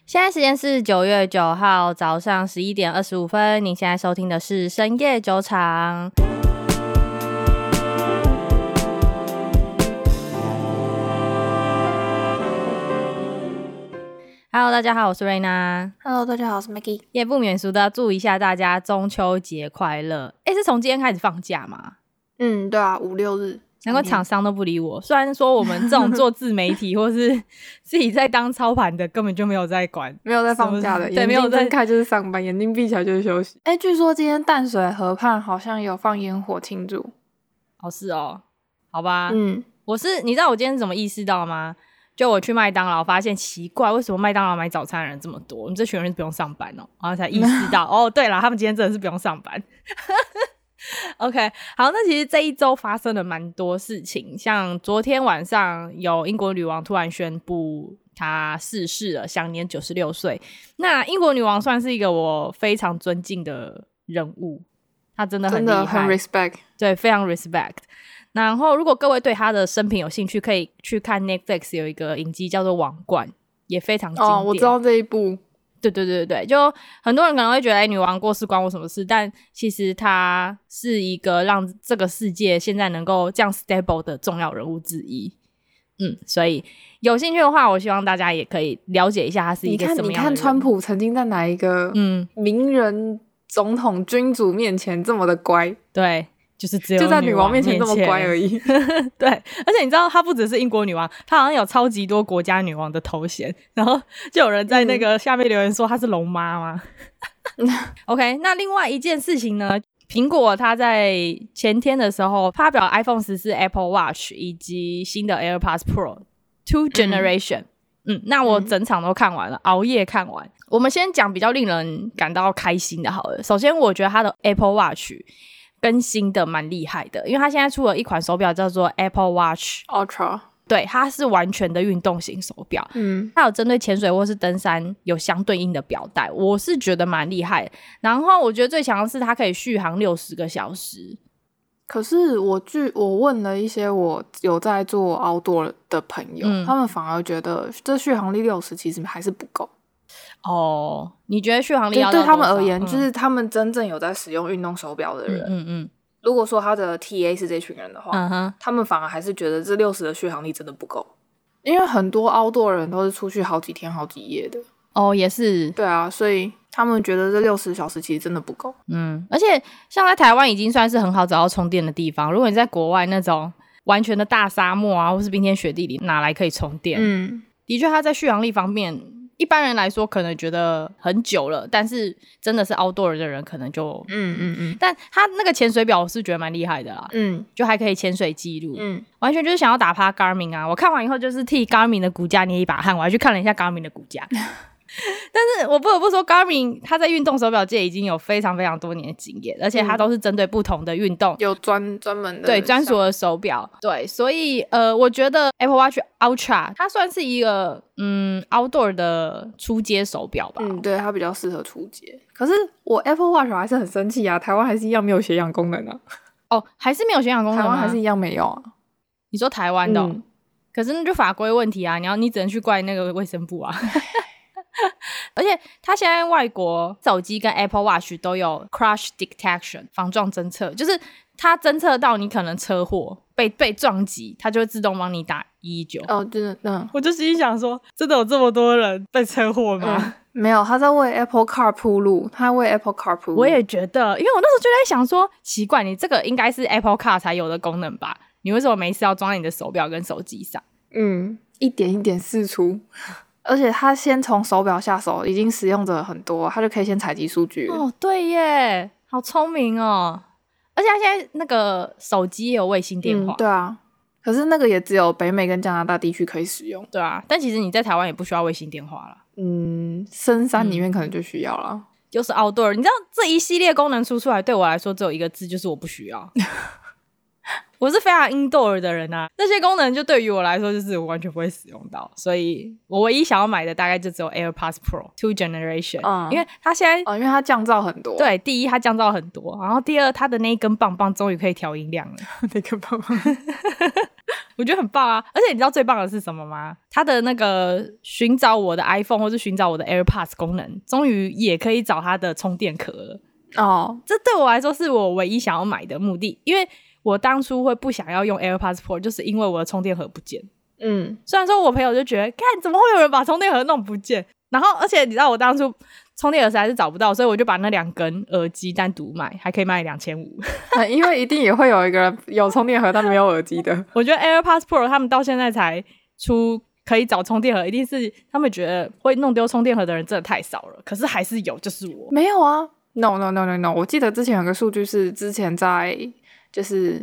现在时间是9月9号早上11点25分，您现在收听的是深夜酒场。Hello， 大家好，我是瑞娜。 Hello， 大家好，我是 Maggie。 也不免俗的祝一下大家中秋节快乐。是从今天开始放假吗？ 对啊，5、6日。 难怪厂商都不理我，虽然说我们这种做自媒体或是自己在当操盘的根本就没有在管， 没有在放假的， 对， 眼睛睁开就是上班，眼睛闭起来就是休息。据说今天淡水河畔好像有放烟火庆祝。 是哦，好吧。你知道我今天是怎么意识到吗？就我去麦当劳发现奇怪，为什么麦当劳买早餐的人这么多？我们这群人是不用上班哦，然后才意识到对啦，他们今天真的是不用上班。OK， 好，那其实这一周发生了蛮多事情，像昨天晚上有英国女王突然宣布她逝世了，享年96岁。那英国女王算是一个我非常尊敬的人物，她真的很厉害， 真的很 respect， 对，非常 respect。然后如果各位对她的生平有兴趣，可以去看 Netflix 有一个影集叫做《王冠》，也非常经典。 我知道这一部。 对，就很多人可能会觉得女王过世关我什么事，但其实她是一个让这个世界现在能够这样 stable 的重要人物之一。所以有兴趣的话，我希望大家也可以了解一下她是一个什么样的人。 你看川普曾经在哪一个名人总统君主面前这么的乖？ 对，就是只有就在女王面前这么乖而已。 对，而且你知道她不只是英国女王，她好像有超级多国家女王的头衔，然后就有人在那个下面留言说她是龙妈吗？OK， 那另外一件事情呢，苹果它在前天的时候发表 iPhone 14 Apple Watch 以及新的 AirPods Pro 2 Generation。那我整场都看完了，熬夜看完。我们先讲比较令人感到开心的好了。首先我觉得它的 Apple Watch更新的蛮厉害的，因为它现在出了一款手表叫做 Apple Watch Ultra， 对，它是完全的运动型手表。它有针对潜水或是登山有相对应的表带，我是觉得蛮厉害的。然后我觉得最强的是它可以续航60个小时。 可是我问了一些我有在做 outdoor 的朋友，他们反而觉得这续航力60其实还是不够。 你觉得续航力要到多少？ 对他们而言，就是他们真正有在使用运动手表的人，如果说他的 TA 是这群人的话，他们反而还是觉得这60的续航力真的不够，因为很多 outdoor 人都是出去好几天好几夜的。 也是。 对啊，所以他们觉得这60小时其实真的不够。 而且像在台湾已经算是很好找到充电的地方，如果你在国外那种完全的大沙漠啊，或是冰天雪地里，哪来可以充电？的确它在续航力方面一般人来说可能觉得很久了，但是真的是 outdoor 的人可能就但他那个潜水表我是觉得蛮厉害的啦。就还可以潜水记录。完全就是想要打趴 Garmin 啊。我看完以后就是替 Garmin 的股价捏一把汗，我还去看了一下 Garmin 的股价但是我不得不说 Garmin 它在运动手表界已经有非常非常多年的经验，而且它都是针对不同的运动有专门的对专属的手表。对，所以我觉得 Apple Watch Ultra 它算是一个outdoor 的初阶手表吧。 对，它比较适合初阶。可是我 Apple Watch 还是很生气啊，台湾还是一样没有血氧功能啊。 还是没有血氧功能吗？ 台湾还是一样没有啊。 你说台湾的可是那就法规问题啊，你只能去怪那个卫生部啊而且它现在外国手机跟 Apple Watch 都有 crash detection 防撞侦测，就是它侦测到你可能车祸被撞击，它就会自动帮你打119。 真的。 我就心想说真的有这么多人被车祸吗？ 没有，他在为 Apple Car 铺路，他为 Apple Car 铺路。 我也觉得，因为我那时候就在想说奇怪，你这个应该是 Apple Car 才有的功能吧，你为什么没事要装在你的手表跟手机上？ 一点一点试出。而且他先从手表下手，已经使用者很多，他就可以先采集数据了。 对耶，好聪明哦。而且他现在那个手机也有卫星电话。 对啊，可是那个也只有北美跟加拿大地区可以使用。 对啊，但其实你在台湾也不需要卫星电话了。 深山里面可能就需要了。 就是 outdoor， 你知道这一系列功能出来对我来说只有一个字，就是我不需要我是非常 indoor 的人啊，这些功能就对于我来说就是我完全不会使用到，所以我唯一想要买的大概就只有 AirPods Pro 2 Generation。因为它现在因为它降噪很多。 对，第一它降噪很多，然后第二它的那一根棒棒终于可以调音量了那根棒棒我觉得很棒啊。而且你知道最棒的是什么吗？它的那个寻找我的 iPhone 或是寻找我的 AirPods 功能终于也可以找它的充电壳了。这对我来说是我唯一想要买的目的，因为我当初会不想要用 AirPods Pro 就是因为我的充电盒不见。虽然说我朋友就觉得看怎么会有人把充电盒弄不见，然后而且你知道我当初充电盒实在是找不到，所以我就把那2根耳机单独买，还可以卖2500 因为一定也会有一个人有充电盒但没有耳机的。 我觉得 AirPods Pro 他们到现在才出可以找充电盒，一定是他们觉得会弄丢充电盒的人真的太少了，可是还是有，就是我没有啊。 No， 我记得之前有个数据是之前在就是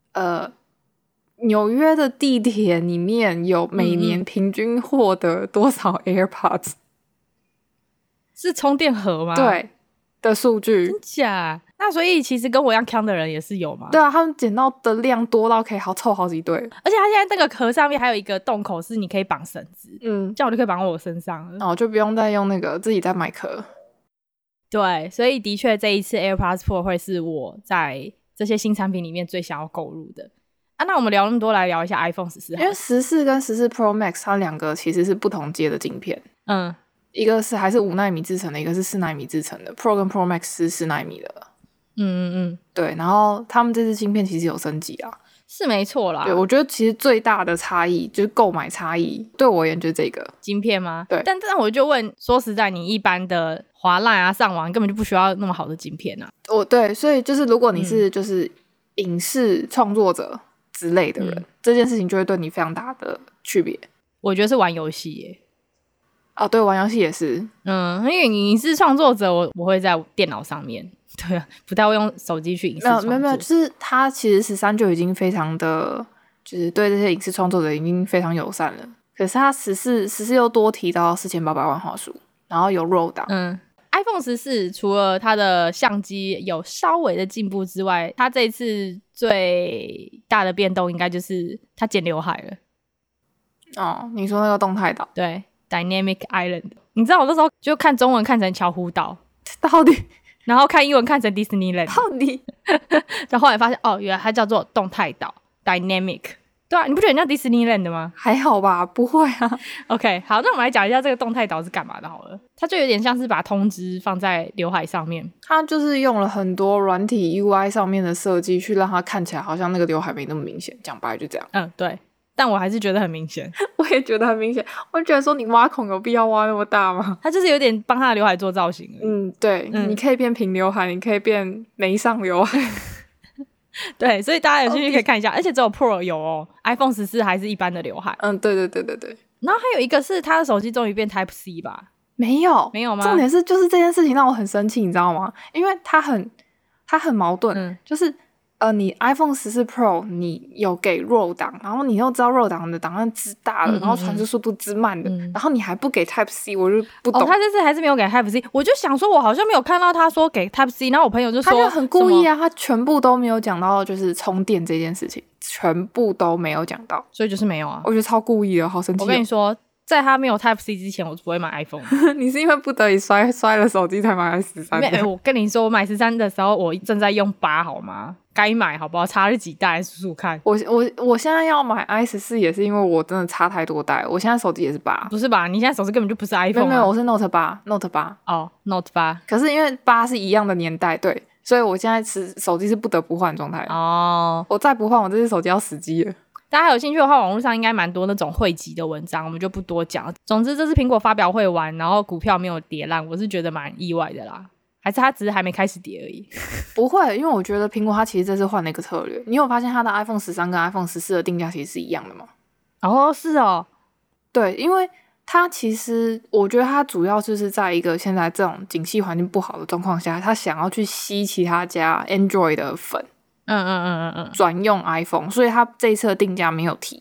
纽约的地铁里面有每年平均获得多少 AirPods 是充电盒吗？ 对的数据。 真假？那所以其实跟我一样强的人也是有吗？ 对啊，他们捡到的量多到可以凑好几对， 而且他现在这个壳上面还有一个洞口是你可以绑绳子，这样我就可以绑到我身上了， 就不用再用那个自己再买壳。 对，所以的确这一次 AirPods Pro 会是我在这些新产品里面最想要购入的那我们聊那么多，来聊一下 iPhone 14。 因为14跟14 Pro Max 它2个其实是不同阶的晶片，一个是还是5奈米制成的，一个是4奈米制成的。 Pro 跟 Pro Max 是4奈米的。对，然后他们这支晶片其实有升级啊， 是没错啦。 对，我觉得其实最大的差异就是购买差异，对我而言就是这个晶片吗？ 对。 但我就问，说实在，你一般的滑烂啊上网根本就不需要那么好的晶片啊。 对，所以就是如果你是就是影视创作者之类的人，这件事情就会对你非常大的区别。 我觉得是玩游戏耶。 对，玩游戏也是。 因为影视创作者我会在电脑上面，对啊，不太会用手机去影视创作。 没有，就是它其实13就已经非常的，就是对这些影视创作者已经非常友善了。可是它14又多提到4800万画素，然后有 RAW 档。 iPhone 14除了它的相机有稍微的进步之外，它这一次最大的变动应该就是它剪刘海了。 你说那个动态岛？ 对。Dynamic Island， 你知道我那时候就看中文看成巧虎岛， 到底， 然后看英文看成 Disneyland， 到底， 然后后来发现原来它叫做动态岛 Dynamic。对啊，你不觉得很像 Disneyland 的吗？ 还好吧，不会啊。 OK， 好，那我们来讲一下这个动态岛是干嘛的好了。它就有点像是把通知放在刘海上面， 它就是用了很多软体 UI 上面的设计去让它看起来好像那个刘海没那么明显，讲白就这样。 对。但我还是觉得很明显。 我也觉得很明显。我觉得说你挖孔有必要挖那么大吗？ 它就是有点帮他的刘海做造型。 对，你可以变平刘海，你可以变没上刘海。 对，所以大家有兴趣可以看一下。而且只有 Pro 有iPhone 14还是一般的刘海。 对。 然后还有一个是他的手机终于变 Type C 吧？ 没有吗？ 重点是就是这件事情让我很生气，你知道吗？因为它很矛盾，就是你 iPhone 14 Pro 你有给 RAW 档，然后你又知道 RAW 档的档案之大了，然后传输速度之慢的，然后你还不给 Type C， 我就不懂。 他这次还是没有给 Type C， 我就想说我好像没有看到他说给 Type C， 然后我朋友就说他就很故意啊，他全部都没有讲到就是充电这件事情，全部都没有讲到， 所以就是没有啊。 我觉得超故意的，好生气。 我跟你说，在他没有 Type C 之前，我不会买 iPhone。 你是因为不得已摔了手机才买13？ 我跟你说，我买13的时候，我正在用8，好吗？该买好不好？差了几代，数数看。 我现在要买 i14也是因为我真的差太多代，我现在手机也是8。 不是吧？你现在手机根本就不是 iPhone。 没有，我是 Note 8。Note 8。 Note 8。 可是因为8是一样的年代，对，所以我现在手机是不得不换状态。我再不换，我这只手机要死机了。 大家有兴趣的话，网络上应该蛮多那种汇集的文章，我们就不多讲。总之，这次苹果发表会完，然后股票没有跌烂，我是觉得蛮意外的啦。还是它只是还没开始跌而已？ 不会，因为我觉得苹果它其实这次换了一个策略。你有发现它的 iPhone 13跟 iPhone 14的定价其实是一样的吗？ 是哦。 对，因为它其实我觉得它主要就是在一个现在这种景气环境不好的状况下，它想要去吸其他家 Android 的粉。转用 iPhone， 所以他这一次的定价没有提。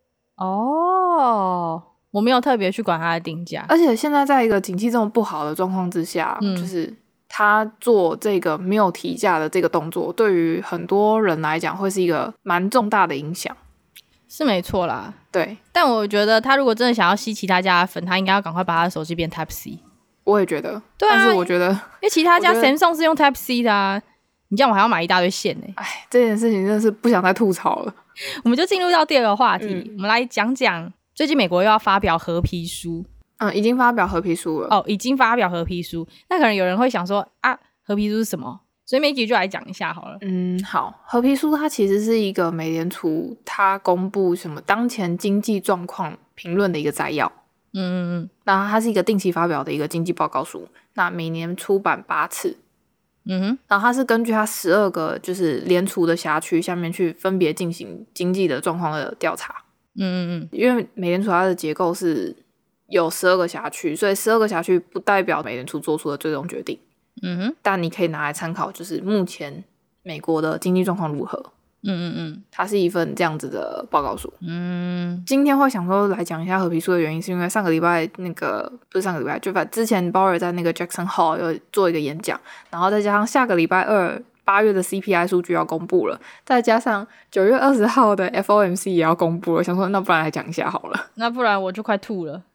我没有特别去管它的定价。 而且现在在一个景气这么不好的状况之下，就是他做这个没有提价的这个动作，对于很多人来讲会是一个蛮重大的影响。 是没错啦， 对。 但我觉得他如果真的想要吸其他家的粉，他应该要赶快把他的手机变 Type C。 我也觉得。 对啊。 但是我觉得，因为其他家 Samsung 是用 Type C 的啊。你这样我还要买一大堆线这件事情真的是不想再吐槽了。 我们就进入到第二个话题，我们来讲讲最近美国又要发表合批书。 已经发表合批书了。 已经发表合批书。那可能有人会想说啊，合批书是什么？所以每集就来讲一下好了。 好，合批书它其实是一个美联储它公布什么当前经济状况评论的一个摘要。那它是一个定期发表的一个经济报告书，那每年出版8次。然后它是根据它12个就是联储的辖区下面去分别进行经济的状况的调查。因为美联储它的结构是有12个辖区，所以12个辖区不代表美联储做出的最终决定。但你可以拿来参考，就是目前美国的经济状况如何。它是一份这样子的报告书。今天会想说来讲一下合批书的原因，是因为上个礼拜不是上个礼拜，就之前鲍尔在那个 Jackson Hole 有做一个演讲，然后再加上下个礼拜二8月的 CPI 数据要公布了，再加上9月20号的 FOMC 也要公布了，想说那不然来讲一下好了。 那不然我就快吐了。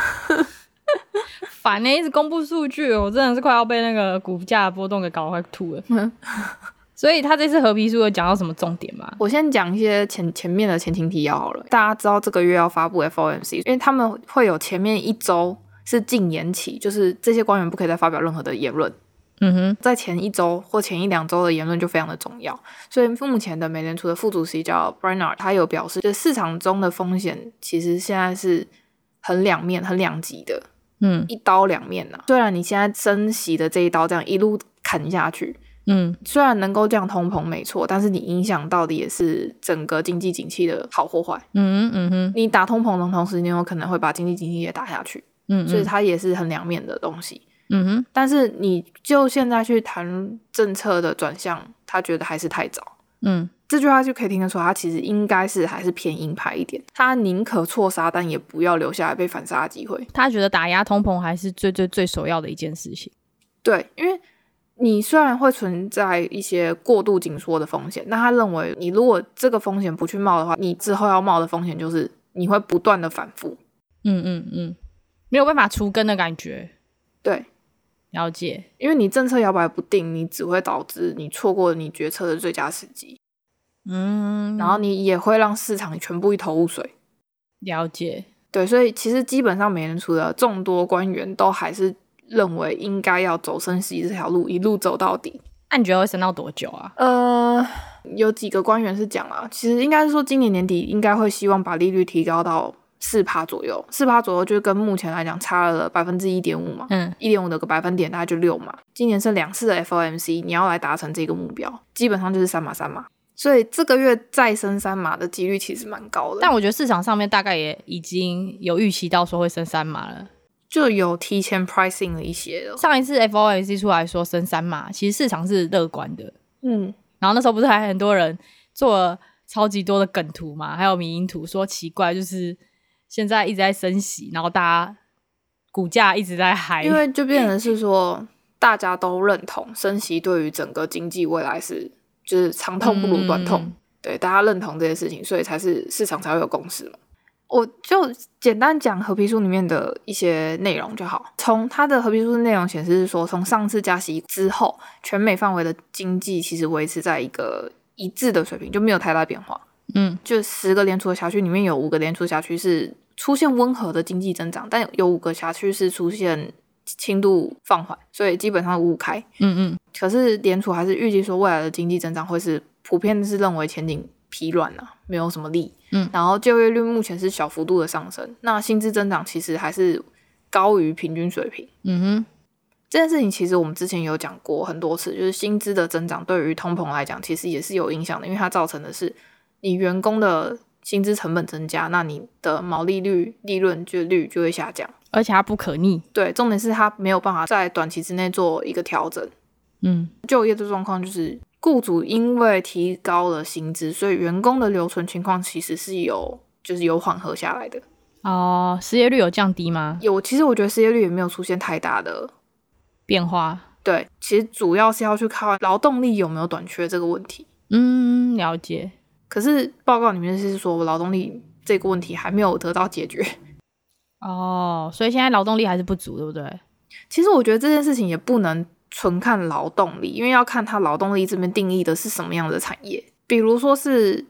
烦一直公布数据，我真的是快要被那个股价的波动给搞得快吐了。所以他这次合批书有讲到什么重点吗？ 我先讲一些前面的前情提要好了。大家知道这个月要发布 FOMC， 因为他们会有前面1周是禁言期，就是这些官员不可以再发表任何的言论。在前1周或前1-2周的言论就非常的重要。所以目前的美联储的副主席叫 Brainard， 他有表示，就市场中的风险其实现在是很两面、很两极的。一刀两面啊。虽然你现在升息的这一刀这样一路砍下去，虽然能够降通膨没错，但是你影响到的也是整个经济景气的好或坏。你打通膨的同时，你有可能会把经济景气也打下去。所以它也是很两面的东西。但是你就现在去谈政策的转向，他觉得还是太早。这句话就可以听得出他其实应该是还是偏鹰派一点，他宁可错杀，但也不要留下来被反杀的机会。 他觉得打压通膨还是最首要的一件事情。 对，因为你虽然会存在一些过度紧缩的风险，那他认为你如果这个风险不去冒的话，你之后要冒的风险就是你会不断的反复。 没有办法除根的感觉。 对， 了解。 因为你政策摇摆不定，你只会导致你错过你决策的最佳时机。然后你也会让市场全部一头雾水。 了解。 对，所以其实基本上美联储的众多官员都还是认为应该要走升息这条路，一路走到底。 那你觉得会升到多久啊？ 有几个官员是讲啊，其实应该是说今年年底应该会希望把利率提高到4% 左右，4% 左右就跟目前来讲差了 1.5% 嘛，1.5% 的个百分点大概就6码。今年是2次的 FOMC， 你要来达成这个目标，基本上就是3码3码。所以这个月再升3码的几率其实蛮高的。 但我觉得市场上面大概也已经有预期到说会升3码了， 就有提前 pricing 了一些了。 上一次 FOMC 出来说升3码，其实市场是乐观的。然后那时候不是还很多人做了超级多的梗图嘛，还有迷因图，说奇怪就是现在一直在升息，然后大家股价一直在嗨， 因为就变成是说大家都认同升息对于整个经济未来是就是长痛不如短痛。对，大家认同这些事情，所以才是市场才会有共识嘛。我就简单讲合批书里面的一些内容就好。从它的合批书的内容显示是说，从上次加息之后，全美范围的经济其实维持在一个一致的水平，就没有太大变化。就10个联储的辖区里面有5个联储辖区是出现温和的经济增长，但有5个辖区是出现轻度放缓，所以基本上5开。可是联储还是预计说未来的经济增长会是普遍是认为前景疲软啊，没有什么力。然后就业率目前是小幅度的上升，那薪资增长其实还是高于平均水平。这件事情其实我们之前有讲过很多次，就是薪资的增长对于通膨来讲其实也是有影响的，因为它造成的是你员工的薪资成本增加，那你的毛利率利润率就会下降， 而且它不可逆。 对，重点是它没有办法在短期之内做一个调整。就业的状况就是雇主因为提高了薪资，所以员工的留存情况其实是有缓和下来的。 失业率有降低吗？ 有，其实我觉得失业率也没有出现太大的变化。 对，其实主要是要去看劳动力有没有短缺这个问题。 了解。 可是报告里面是说劳动力这个问题还没有得到解决。 所以现在劳动力还是不足，对不对？ 其实我觉得这件事情也不能纯看劳动力，因为要看它劳动力这边定义的是什么样的产业。比如说是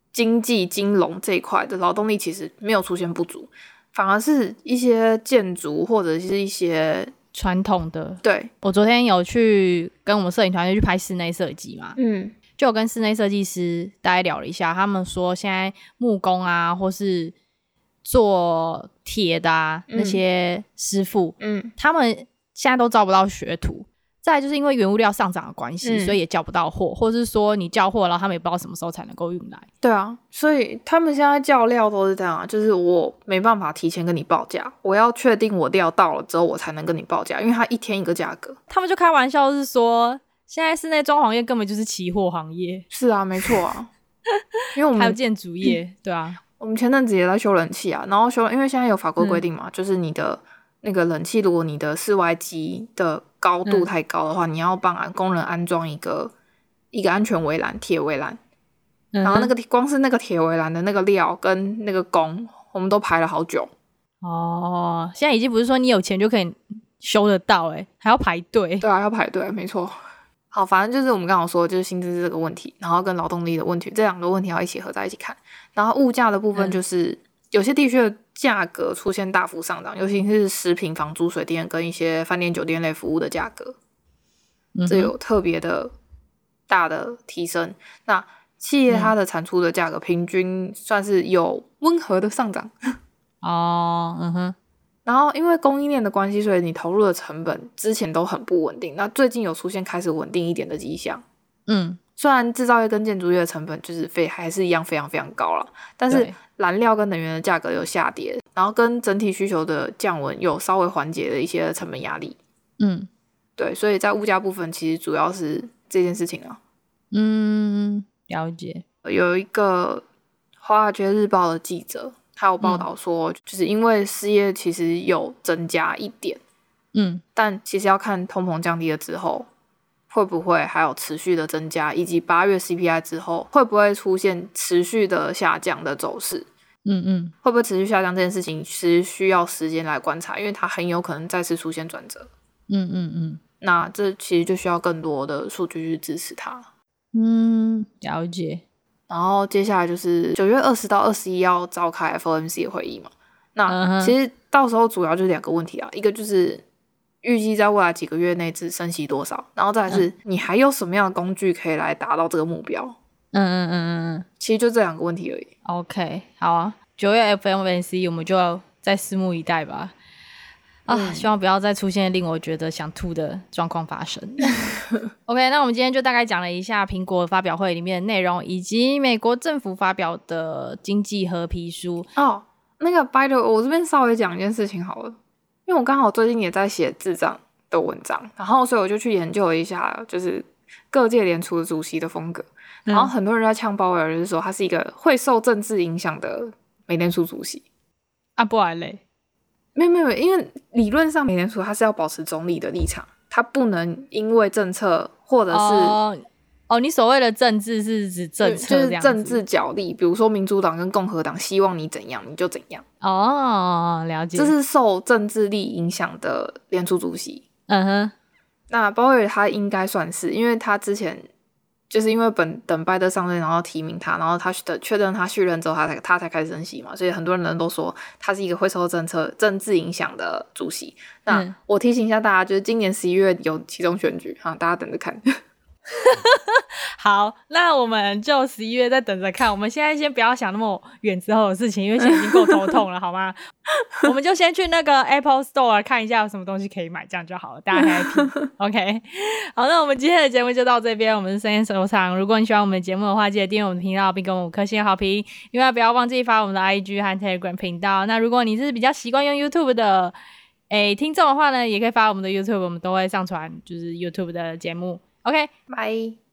经济金融这一块的劳动力其实没有出现不足，反而是一些建筑或者是一些传统的。 对， 我昨天有去跟我们摄影团队去拍室内设计嘛，就有跟室内设计师大概聊了一下，他们说现在木工啊或是做铁的啊那些师傅，他们现在都招不到学徒。再来就是因为原物料上涨的关系，所以也叫不到货，或者是说你叫货然后他们也不知道什么时候才能够运来。 对啊，所以他们现在叫料都是这样啊，就是我没办法提前跟你报价，我要确定我料到了之后我才能跟你报价，因为它一天一个价格。 他们就开玩笑是说现在室内装潢业根本就是期货行业。 是啊，没错啊。因为我们还有建筑业，对啊， 我们前阵子也在修冷气啊，然后因为现在有法规规定嘛，就是你的那个冷气，如果你的室外机的高度太高的话，你要帮工人安装一个安全围栏，铁围栏，然后光是那个铁围栏的那个料跟那个工，我们都排了好久。 哦，现在已经不是说你有钱就可以修得到，还要排队。 对啊，要排队，没错。好，反正就是我们刚刚说的就是薪资这个问题，然后跟劳动力的问题，这两个问题要一起合在一起看。然后物价的部分就是有些地区的价格出现大幅上涨，尤其是食品、房租、水电跟一些饭店、酒店类服务的价格，这有特别的大的提升。那企业它的产出的价格平均算是有温和的上涨。然后因为供应链的关系，所以你投入的成本之前都很不稳定，那最近有出现开始稳定一点的迹象。虽然制造业跟建筑业的成本就是还是一样非常非常高啦，但是燃料跟能源的价格有下跌，然后跟整体需求的降温有稍微缓解的一些成本压力。对，所以在物价部分其实主要是这件事情啊。 了解。 有一个华尔街日报的记者，他有报道说，就是因为失业其实有增加一点，但其实要看通膨降低了之后会不会还有持续的增加，以及8月 CPI 之后会不会出现持续的下降的走势。会不会持续下降这件事情是需要时间来观察，因为它很有可能再次出现转折。那这其实就需要更多的数据去支持它。 了解。 然后接下来就是9月20到21要召开 FOMC 的会议嘛，那其实到时候主要就是2个问题啊，一个就是预计在未来几个月内只升息多少，然后再来是你还有什么样的工具可以来达到这个目标。其实就这2个问题而已。 OK， 好啊，9月 FOMC 我们就再拭目以待吧。希望不要再出现令我觉得想吐的状况发生。OK， 那我们今天就大概讲了一下苹果发表会里面的内容，以及美国政府发表的经济合皮书。 那个 by the way， 我这边稍微讲一件事情好了，因为我刚好最近也在写智障的文章，然后所以我就去研究了一下，就是各界联储的主席的风格。然后很多人在呛鲍威尔，就是说他是一个会受政治影响的美联储主席。 不然嘞？ 没有，因为理论上美联储它是要保持中立的立场，它不能因为政策或者是你所谓的政治是指政策这样子， 就是政治角力，比如说民主党跟共和党希望你怎样你就怎样。 了解。 这是受政治力影响的联储主席。那鲍威尔他应该算是，因为他之前就是因为等拜登上任，然后提名他，然后他确认他续任之后，他才开始升息嘛，所以很多人都说他是一个会受政治影响的主席。那我提醒一下大家，就是今年11月有期中选举，大家等着看。 好，那我们就11月再等着看。我们现在先不要想那么远之后的事情，因为现在已经够头痛了，好吗？我们就先去那个 Apple Store 看一下有什么东西可以买，这样就好了，大家 happy。OK， 好，那我们今天的节目就到这边。我们是深夜收藏，如果你喜欢我们的节目的话，记得订阅我们的频道，并给我们5颗星好评。另外，不要忘记发我们的 IG 和 Telegram 频道。那如果你是比较习惯用 YouTube 的听众的话呢，也可以发我们的 YouTube， 我们都会上传就是 YouTube 的节目。OK， 拜。